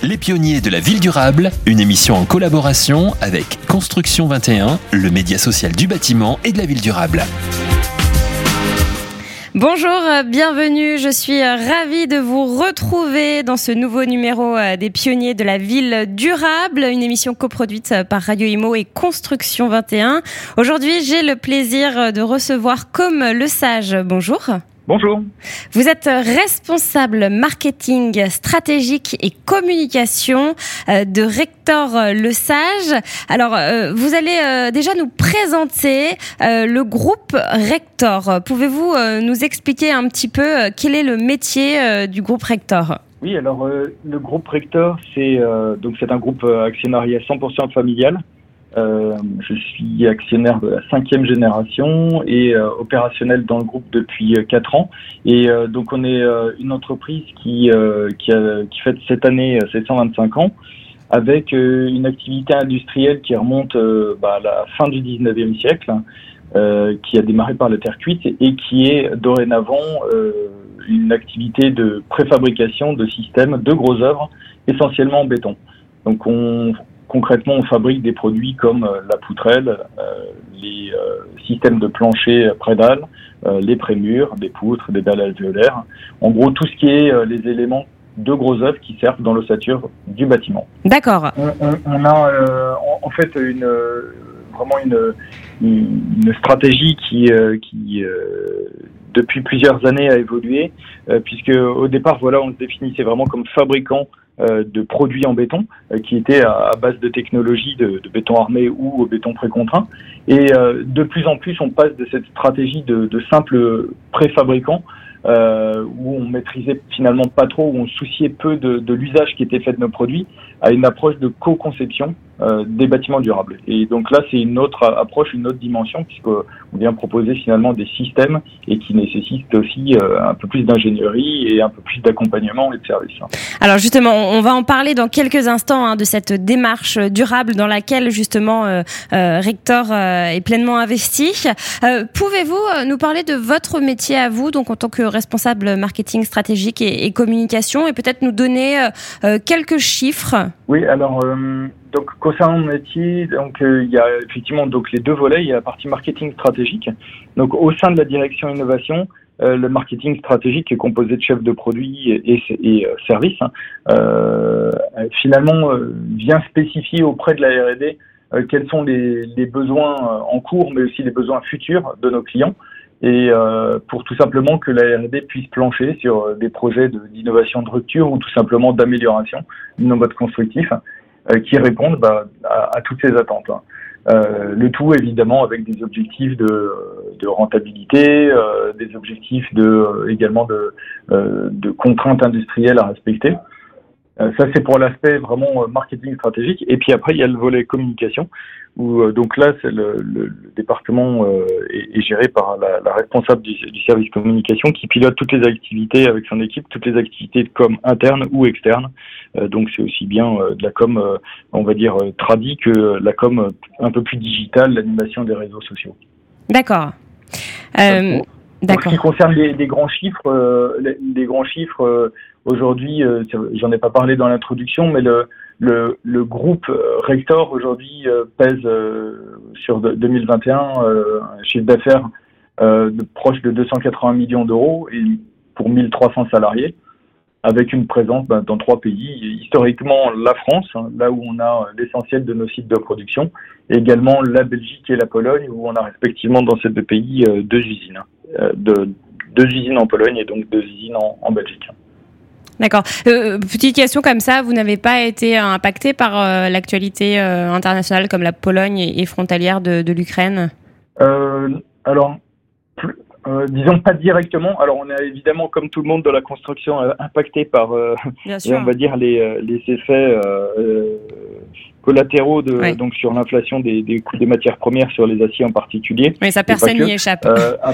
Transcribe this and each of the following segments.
Les pionniers de la ville durable, une émission en collaboration avec Construction 21, le média social du bâtiment et de la ville durable. Bonjour, bienvenue, je suis ravie de vous retrouver dans ce nouveau numéro des pionniers de la ville durable, une émission coproduite par Radio Imo et Construction 21. Aujourd'hui, j'ai le plaisir de recevoir Com Lesage. Bonjour. Bonjour. Vous êtes responsable marketing stratégique et communication de Rector Lesage. Alors, vous allez déjà nous présenter le groupe Rector. Pouvez-vous nous expliquer un petit peu quel est le métier du groupe Rector ? Oui, alors le groupe Rector, c'est un groupe actionnariat 100% familial. Je suis actionnaire de la 5e génération et opérationnel dans le groupe depuis 4 ans. Et donc on est une entreprise qui fête cette année ses 125 ans avec une activité industrielle qui remonte à la fin du 19e siècle, qui a démarré par la terre cuite et qui est dorénavant une activité de préfabrication de systèmes de gros œuvres, essentiellement en béton. Donc concrètement, on fabrique des produits comme la poutrelle, les systèmes de plancher prédales, les prémurs, des poutres, des dalles alvéolaires. En gros, tout ce qui est les éléments de gros œuvres qui servent dans l'ossature du bâtiment. D'accord. On a en fait vraiment une stratégie qui depuis plusieurs années a évolué, puisque au départ, on se définissait vraiment comme fabricant de produits en béton, qui étaient à base de technologie de béton armé ou au béton précontraint. Et de plus en plus, on passe de cette stratégie de simple préfabricant, où on maîtrisait finalement pas trop, où on se souciait peu de l'usage qui était fait de nos produits, à une approche de co-conception des bâtiments durables. Et donc là, c'est une autre approche, une autre dimension, puisqu'on vient proposer finalement des systèmes et qui nécessitent aussi un peu plus d'ingénierie et un peu plus d'accompagnement et de services. Alors justement, on va en parler dans quelques instants de cette démarche durable dans laquelle justement Rector est pleinement investi. Pouvez-vous nous parler de votre métier à vous, donc en tant que responsable marketing stratégique et communication, et peut-être nous donner quelques chiffres? Oui, alors donc concernant mon métier, il y a effectivement les deux volets. Il y a la partie marketing stratégique. Donc au sein de la direction innovation, le marketing stratégique est composé de chefs de produits et services. Finalement, vient spécifier auprès de la R&D quels sont les besoins en cours, mais aussi les besoins futurs de nos clients. Et pour tout simplement que la R&D puisse plancher sur des projets d'innovation de rupture ou tout simplement d'amélioration de nos modes constructifs qui répondent à toutes ces attentes. Le tout évidemment avec des objectifs de rentabilité, des objectifs également de contraintes industrielles à respecter. Ça, c'est pour l'aspect vraiment marketing stratégique. Et puis après, il y a le volet communication, où donc là, c'est le département est géré par la responsable du service communication qui pilote toutes les activités avec son équipe, toutes les activités de com interne ou externe. Donc c'est aussi bien de la com, on va dire, tradi que la com un peu plus digitale, l'animation des réseaux sociaux. D'accord. Pour ce qui concerne les grands chiffres, aujourd'hui, j'en ai pas parlé dans l'introduction, mais le groupe Rector aujourd'hui pèse sur 2021 un chiffre d'affaires proche de 280 millions d'euros et pour 1300 salariés, avec une présence dans 3 pays. Historiquement, la France, là où on a l'essentiel de nos sites de production, et également la Belgique et la Pologne, où on a respectivement dans ces 2 pays 2 usines. 2 usines en Pologne et donc 2 usines en Belgique. D'accord. Petite question comme ça, vous n'avez pas été impacté par l'actualité internationale comme la Pologne est frontalière de l'Ukraine ? Alors, disons pas directement. Alors, on est évidemment, comme tout le monde dans la construction, impacté par, on va dire, les effets collatéraux donc sur l'inflation des coûts des matières premières, sur les aciers en particulier. Mais ça, personne n'y échappe.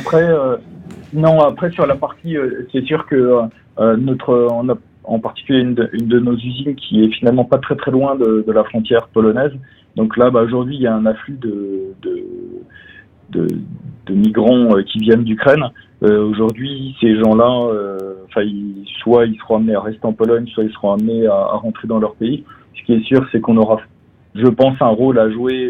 Après sur la partie, c'est sûr que on a en particulier une de nos usines qui est finalement pas très très loin de la frontière polonaise. Donc là, aujourd'hui, il y a un afflux de migrants qui viennent d'Ukraine. Aujourd'hui, ces gens-là, soit ils seront amenés à rester en Pologne, soit ils seront amenés à rentrer dans leur pays. Ce qui est sûr, c'est qu'on aura, je pense, un rôle à jouer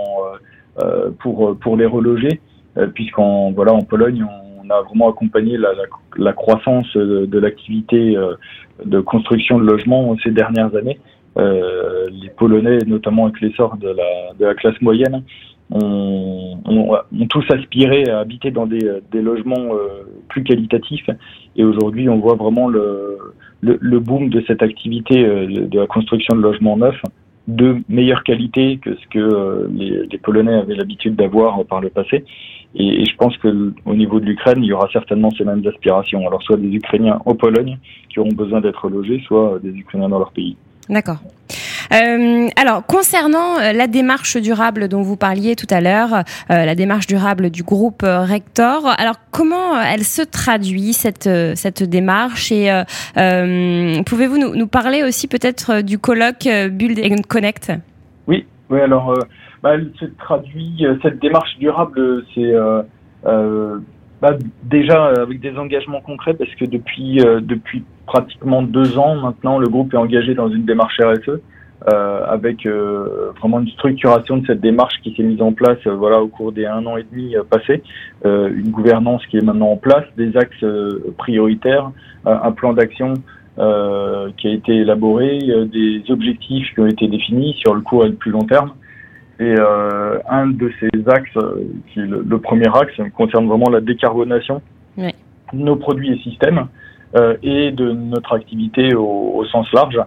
pour les reloger, puisqu'en Pologne, on a vraiment accompagné la croissance de l'activité de construction de logements ces dernières années. Les Polonais, notamment avec l'essor de la classe moyenne, ont tous aspiré à habiter dans des logements plus qualitatifs. Et aujourd'hui, on voit vraiment le boom de cette activité de la construction de logements neufs de meilleure qualité que ce que les Polonais avaient l'habitude d'avoir par le passé. Et je pense que au niveau de l'Ukraine, il y aura certainement ces mêmes aspirations. Alors soit des Ukrainiens en Pologne qui auront besoin d'être logés, soit des Ukrainiens dans leur pays. D'accord. Alors, concernant la démarche durable dont vous parliez tout à l'heure, la démarche durable du groupe Rector, alors comment elle se traduit cette démarche et pouvez-vous nous parler aussi peut-être du colloque Build and Connect ? Oui. Alors, elle se traduit, cette démarche durable, c'est déjà avec des engagements concrets, parce que depuis pratiquement 2 ans maintenant, le groupe est engagé dans une démarche RSE. Avec vraiment une structuration de cette démarche qui s'est mise en place au cours des 1 an et demi passés, une gouvernance qui est maintenant en place, des axes prioritaires, un plan d'action qui a été élaboré, des objectifs qui ont été définis sur le court et le plus long terme. Et un de ces axes, qui est le premier axe, concerne vraiment la décarbonation de nos produits et systèmes et de notre activité au sens large.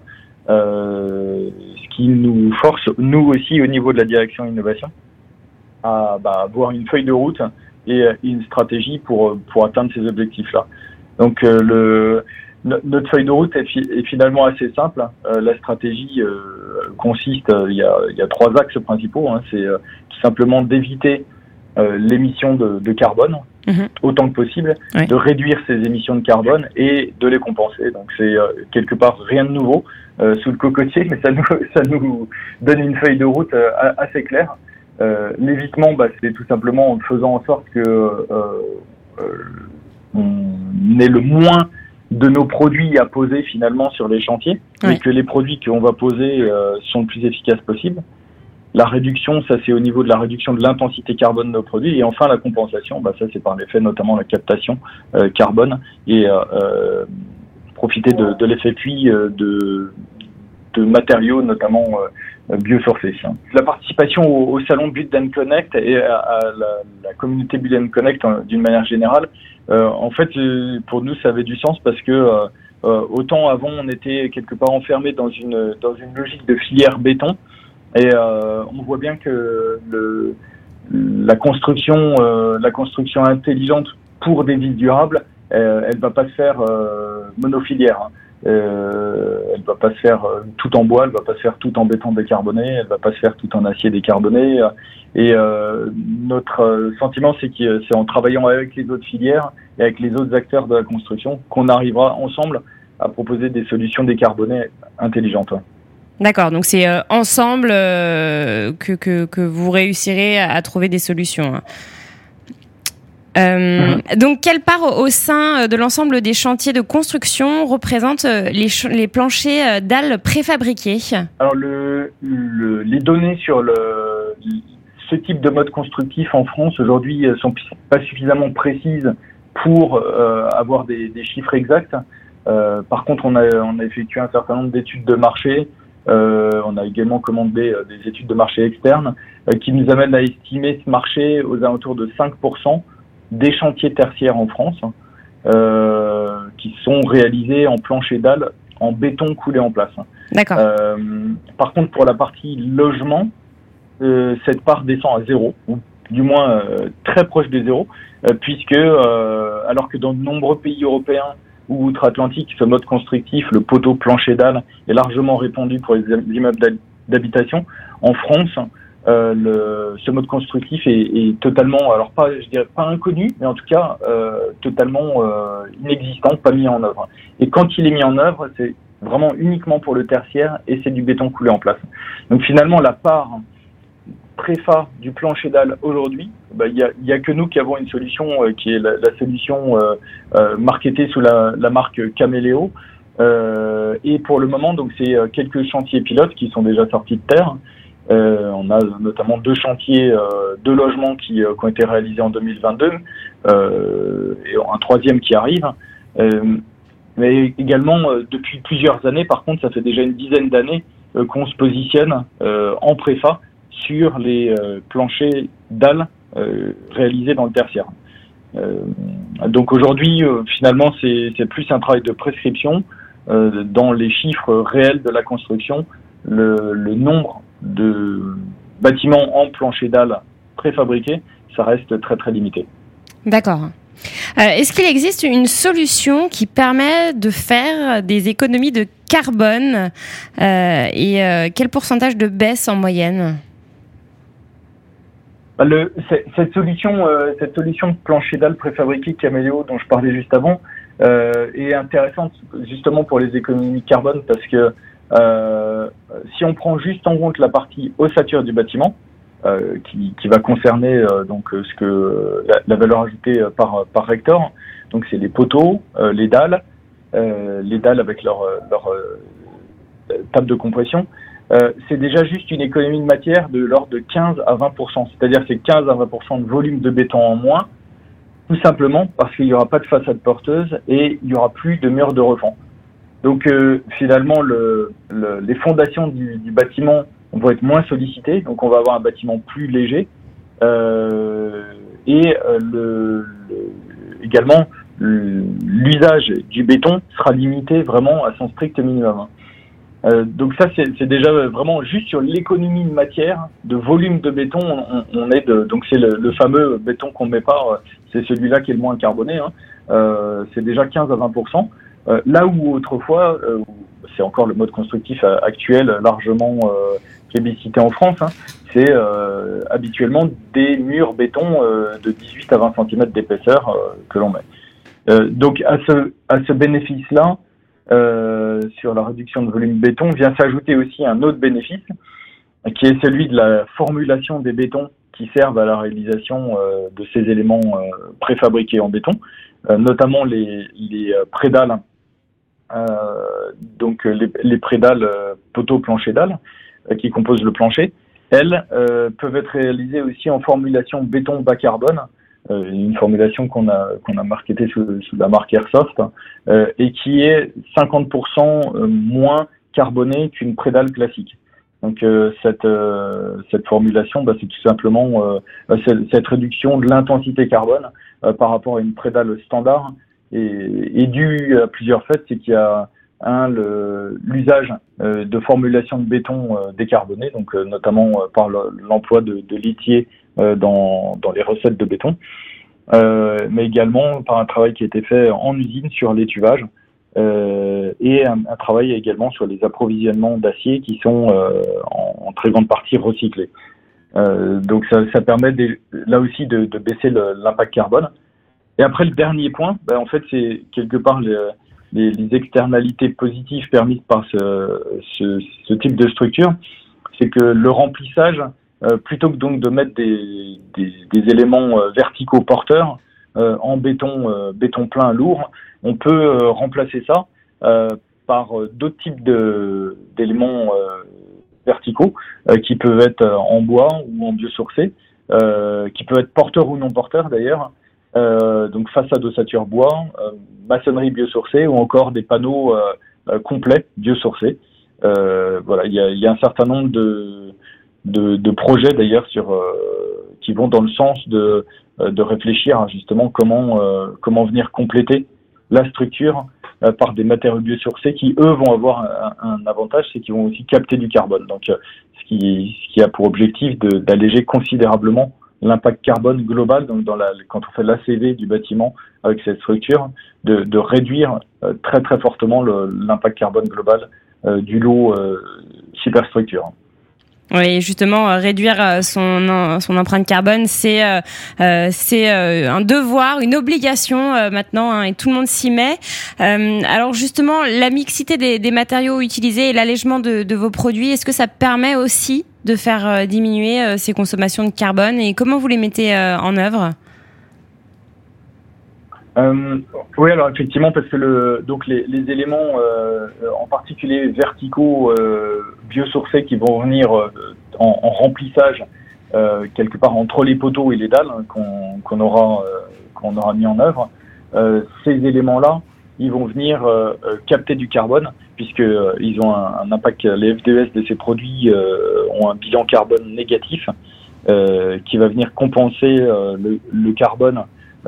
Ce qui nous force, nous aussi, au niveau de la direction innovation, à avoir une feuille de route et une stratégie pour atteindre ces objectifs-là. Donc, notre feuille de route est finalement assez simple. La stratégie consiste, il y a 3 axes principaux. C'est tout simplement d'éviter l'émission de carbone autant que possible, de réduire ces émissions de carbone et de les compenser. Donc c'est quelque part rien de nouveau sous le cocotier, mais ça nous donne une feuille de route assez claire. L'évitement, c'est tout simplement en faisant en sorte que on ait le moins de nos produits à poser finalement sur les chantiers, et que les produits qu'on va poser sont le plus efficaces possible. La réduction, ça c'est au niveau de la réduction de l'intensité carbone de nos produits. Et enfin la compensation, ça c'est par l'effet notamment la captation carbone et profiter de l'effet puits de matériaux notamment biosourcés. La participation au salon Build and Connect et à la communauté Build and Connect d'une manière générale, en fait pour nous ça avait du sens parce que autant avant on était quelque part enfermé dans une logique de filière béton. Et on voit bien que la construction intelligente pour des villes durables, elle va pas se faire monofilière. Elle va pas se faire tout en bois, elle va pas se faire tout en béton décarboné, elle va pas se faire tout en acier décarboné. Et notre sentiment, c'est que c'est en travaillant avec les autres filières et avec les autres acteurs de la construction qu'on arrivera ensemble à proposer des solutions décarbonées intelligentes. D'accord, donc c'est ensemble que vous réussirez à trouver des solutions. Donc, quelle part au sein de l'ensemble des chantiers de construction représente les planchers dalles préfabriqués ? Alors, les données sur ce type de mode constructif en France aujourd'hui sont pas suffisamment précises pour avoir des chiffres exacts. Par contre, on a effectué un certain nombre d'études de marché. On a également commandé des études de marché externes qui nous amènent à estimer ce marché aux alentours de 5% des chantiers tertiaires en France qui sont réalisés en plancher dalle en béton coulé en place. D'accord. Par contre, pour la partie logement, cette part descend à 0, ou du moins très proche de 0, puisque alors que dans de nombreux pays européens ou outre-Atlantique, ce mode constructif, le poteau plancher dalle, est largement répandu pour les immeubles d'habitation. En France, ce mode constructif est totalement, alors pas, je dirais pas inconnu, mais en tout cas totalement inexistant, pas mis en œuvre. Et quand il est mis en œuvre, c'est vraiment uniquement pour le tertiaire et c'est du béton coulé en place. Donc finalement, la part préfa du plancher dalle aujourd'hui, il y a que nous qui avons une solution qui est la solution marketée sous la marque Caméléo. Et pour le moment, donc c'est quelques chantiers pilotes qui sont déjà sortis de terre. On a notamment 2 chantiers de logements qui ont été réalisés en 2022 et un 3e qui arrive. Mais également, depuis plusieurs années, par contre, ça fait déjà une dizaine d'années qu'on se positionne en préfa sur les planchers dalles réalisés dans le tertiaire. Donc aujourd'hui, finalement, c'est plus un travail de prescription. Dans les chiffres réels de la construction, le nombre de bâtiments en plancher dalle préfabriqués, ça reste très très limité. D'accord. Est-ce qu'il existe une solution qui permet de faire des économies de carbone et quel pourcentage de baisse en moyenne ? Cette solution de plancher dalle préfabriqué Caméléo dont je parlais juste avant est intéressante justement pour les économies de carbone parce que si on prend juste en compte la partie ossature du bâtiment qui va concerner donc ce que la valeur ajoutée par hectare, donc c'est les poteaux, les dalles avec leur table de compression. C'est déjà juste une économie de matière de l'ordre de 15 à 20%. C'est-à-dire c'est 15 à 20% de volume de béton en moins, tout simplement parce qu'il n'y aura pas de façade porteuse et il n'y aura plus de murs de refend. Donc finalement, les fondations du bâtiment vont être moins sollicitées, donc on va avoir un bâtiment plus léger. Également, l'usage du béton sera limité vraiment à son strict minimum. Donc ça c'est déjà vraiment juste sur l'économie de matière, de volume de béton, on est donc c'est le fameux béton qu'on ne met pas, c'est celui-là qui est le moins carboné, c'est déjà 15 à 20%. Là où autrefois, c'est encore le mode constructif actuel largement plébiscité en France, c'est habituellement des murs béton de 18 à 20 cm d'épaisseur que l'on met. Donc à ce bénéfice-là, sur la réduction de volume béton, vient s'ajouter aussi un autre bénéfice, qui est celui de la formulation des bétons qui servent à la réalisation de ces éléments préfabriqués en béton, notamment les prédales, donc les prédales poteaux plancher dalle qui composent le plancher. Elles peuvent être réalisées aussi en formulation béton bas carbone, une formulation qu'on a marketée sous la marque Airsoft et qui est 50% moins carbonée qu'une prédale classique. Donc cette formulation, c'est tout simplement cette réduction de l'intensité carbone par rapport à une prédale standard est due à plusieurs faits. C'est qu'il y a l'usage de formulation de béton décarboné, donc notamment par l'emploi de lithier dans les recettes de béton, mais également par un travail qui a été fait en usine sur l'étuvage et un travail également sur les approvisionnements d'acier qui sont en très grande partie recyclés. Donc ça permet là aussi de baisser l'impact carbone. Et après le dernier point, en fait c'est quelque part les externalités positives permises par ce type de structure, c'est que le remplissage, plutôt que donc de mettre des éléments verticaux porteurs en béton plein lourd, on peut remplacer ça par d'autres types d'éléments verticaux qui peuvent être en bois ou en biosourcé, qui peuvent être porteurs ou non porteurs d'ailleurs. Donc façade ossature bois, maçonnerie biosourcée ou encore des panneaux complets biosourcés. Voilà, il y a un certain nombre de projets d'ailleurs qui vont dans le sens de réfléchir justement comment venir compléter la structure par des matériaux biosourcés qui eux vont avoir un avantage, c'est qu'ils vont aussi capter du carbone. Donc ce qui a pour objectif d'alléger considérablement l'impact carbone global, donc quand on fait l'ACV du bâtiment avec cette structure, de réduire très très fortement l'impact carbone global du lot superstructure. Oui, justement, réduire son empreinte carbone, c'est un devoir, une obligation maintenant, et tout le monde s'y met. Alors justement, la mixité des matériaux utilisés et l'allègement de vos produits, est-ce que ça permet aussi de faire diminuer ces consommations de carbone, et comment vous les mettez en œuvre ? Oui, alors effectivement, parce que donc les éléments, en particulier verticaux, biosourcés, qui vont venir en remplissage quelque part entre les poteaux et les dalles qu'on aura mis en œuvre, ces éléments-là, ils vont venir capter du carbone, puisque ils ont un impact. Les FDES de ces produits ont un bilan carbone négatif qui va venir compenser le carbone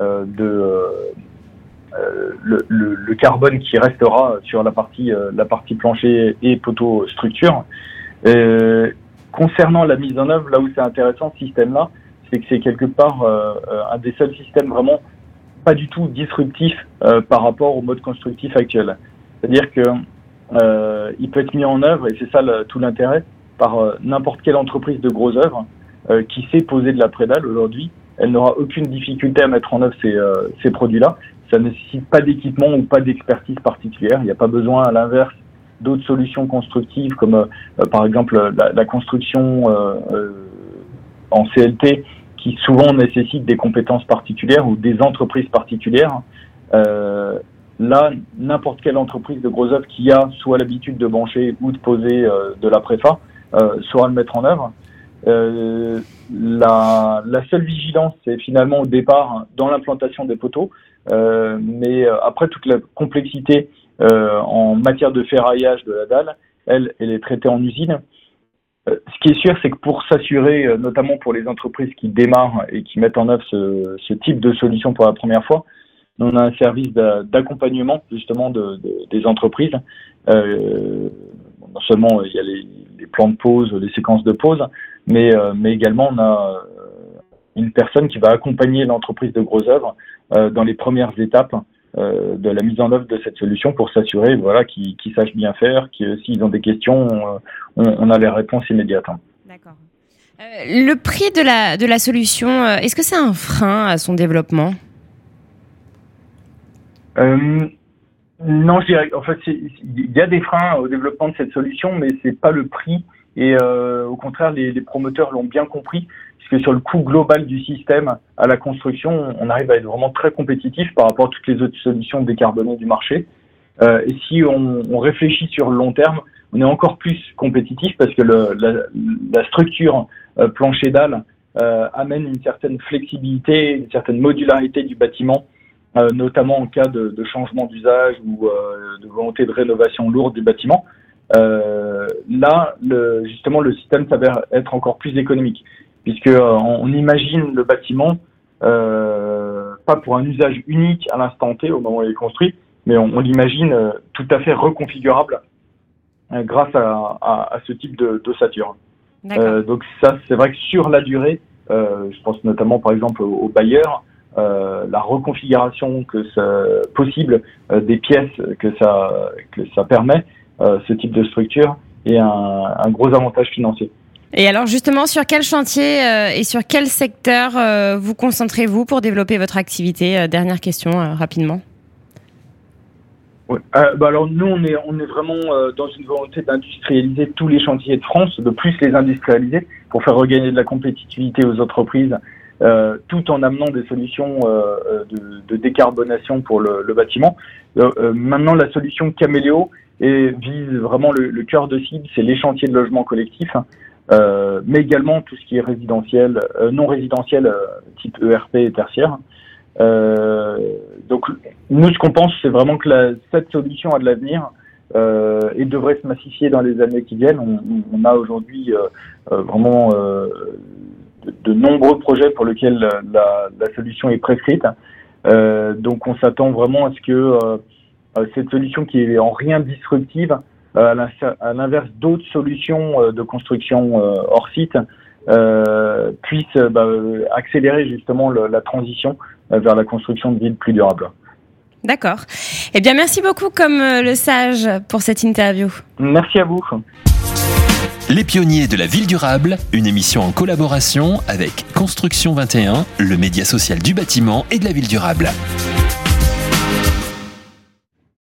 le carbone qui restera sur la partie plancher et poteau structure. Concernant la mise en œuvre, là où c'est intéressant ce système-là, c'est que c'est quelque part un des seuls systèmes vraiment pas du tout disruptif par rapport au mode constructif actuel. C'est-à-dire que il peut être mis en œuvre, et c'est ça tout l'intérêt, par n'importe quelle entreprise de gros œuvres qui sait poser de la prédale aujourd'hui. Elle n'aura aucune difficulté à mettre en œuvre ces produits-là. Ça ne nécessite pas d'équipement ou pas d'expertise particulière. Il n'y a pas besoin, à l'inverse, d'autres solutions constructives comme par exemple la construction en CLT, qui souvent nécessite des compétences particulières ou des entreprises particulières. Là, n'importe quelle entreprise de gros œuvres qui a soit l'habitude de brancher ou de poser de la préfa saura le mettre en œuvre. La seule vigilance, c'est finalement au départ dans l'implantation des poteaux, mais après toute la complexité en matière de ferraillage de la dalle, elle est traitée en usine. Ce qui est sûr, c'est que pour s'assurer, notamment pour les entreprises qui démarrent et qui mettent en œuvre ce type de solution pour la première fois, on a un service d'accompagnement justement des entreprises. Non seulement il y a les plans de pause, les séquences de pause, mais également on a une personne qui va accompagner l'entreprise de gros œuvres dans les premières étapes de la mise en œuvre de cette solution pour s'assurer qu'ils sachent bien faire, que s'ils ont des questions, on a les réponses immédiates. D'accord. Le prix de la solution, est-ce que c'est un frein à son développement ? Non, je dirais, en fait, il y a des freins au développement de cette solution, mais c'est pas le prix. Et au contraire, les promoteurs l'ont bien compris, puisque sur le coût global du système à la construction, on arrive à être vraiment très compétitif par rapport à toutes les autres solutions décarbonées du marché. Et si on réfléchit sur le long terme, on est encore plus compétitif parce que la structure plancher-dalle amène une certaine flexibilité, une certaine modularité du bâtiment, notamment en cas de changement d'usage ou de volonté de rénovation lourde du bâtiment. Là, justement, le système s'avère être encore plus économique, puisque on imagine le bâtiment pas pour un usage unique à l'instant T au moment où il est construit, mais on l'imagine tout à fait reconfigurable grâce à ce type d'ossature. Donc ça, c'est vrai que sur la durée, je pense notamment par exemple aux bailleurs, la reconfiguration possible des pièces que ça permet, ce type de structure, est un gros avantage financier. Et alors justement, sur quel chantier et sur quel secteur vous concentrez-vous pour développer votre activité ? Dernière question, rapidement. Ouais. Alors nous, on est vraiment dans une volonté d'industrialiser tous les chantiers de France, de plus les industrialiser pour faire regagner de la compétitivité aux entreprises, tout en amenant des solutions de décarbonation pour le bâtiment. Maintenant, la solution Caméléo vise vraiment le cœur de cible, c'est les chantiers de logement collectif, mais également tout ce qui est résidentiel, non résidentiel, type ERP et tertiaire. Donc nous, ce qu'on pense, c'est vraiment que cette solution a de l'avenir et devrait se massifier dans les années qui viennent. On a aujourd'hui vraiment de nombreux projets pour lesquels la solution est prescrite. Donc on s'attend vraiment à ce que cette solution, qui est en rien disruptive, à l'inverse d'autres solutions de construction hors site, puisse accélérer justement la transition vers la construction de villes plus durables. D'accord. Eh bien, merci beaucoup, comme le sage, pour cette interview. Merci à vous. Les pionniers de la ville durable, une émission en collaboration avec Construction 21, le média social du bâtiment et de la ville durable.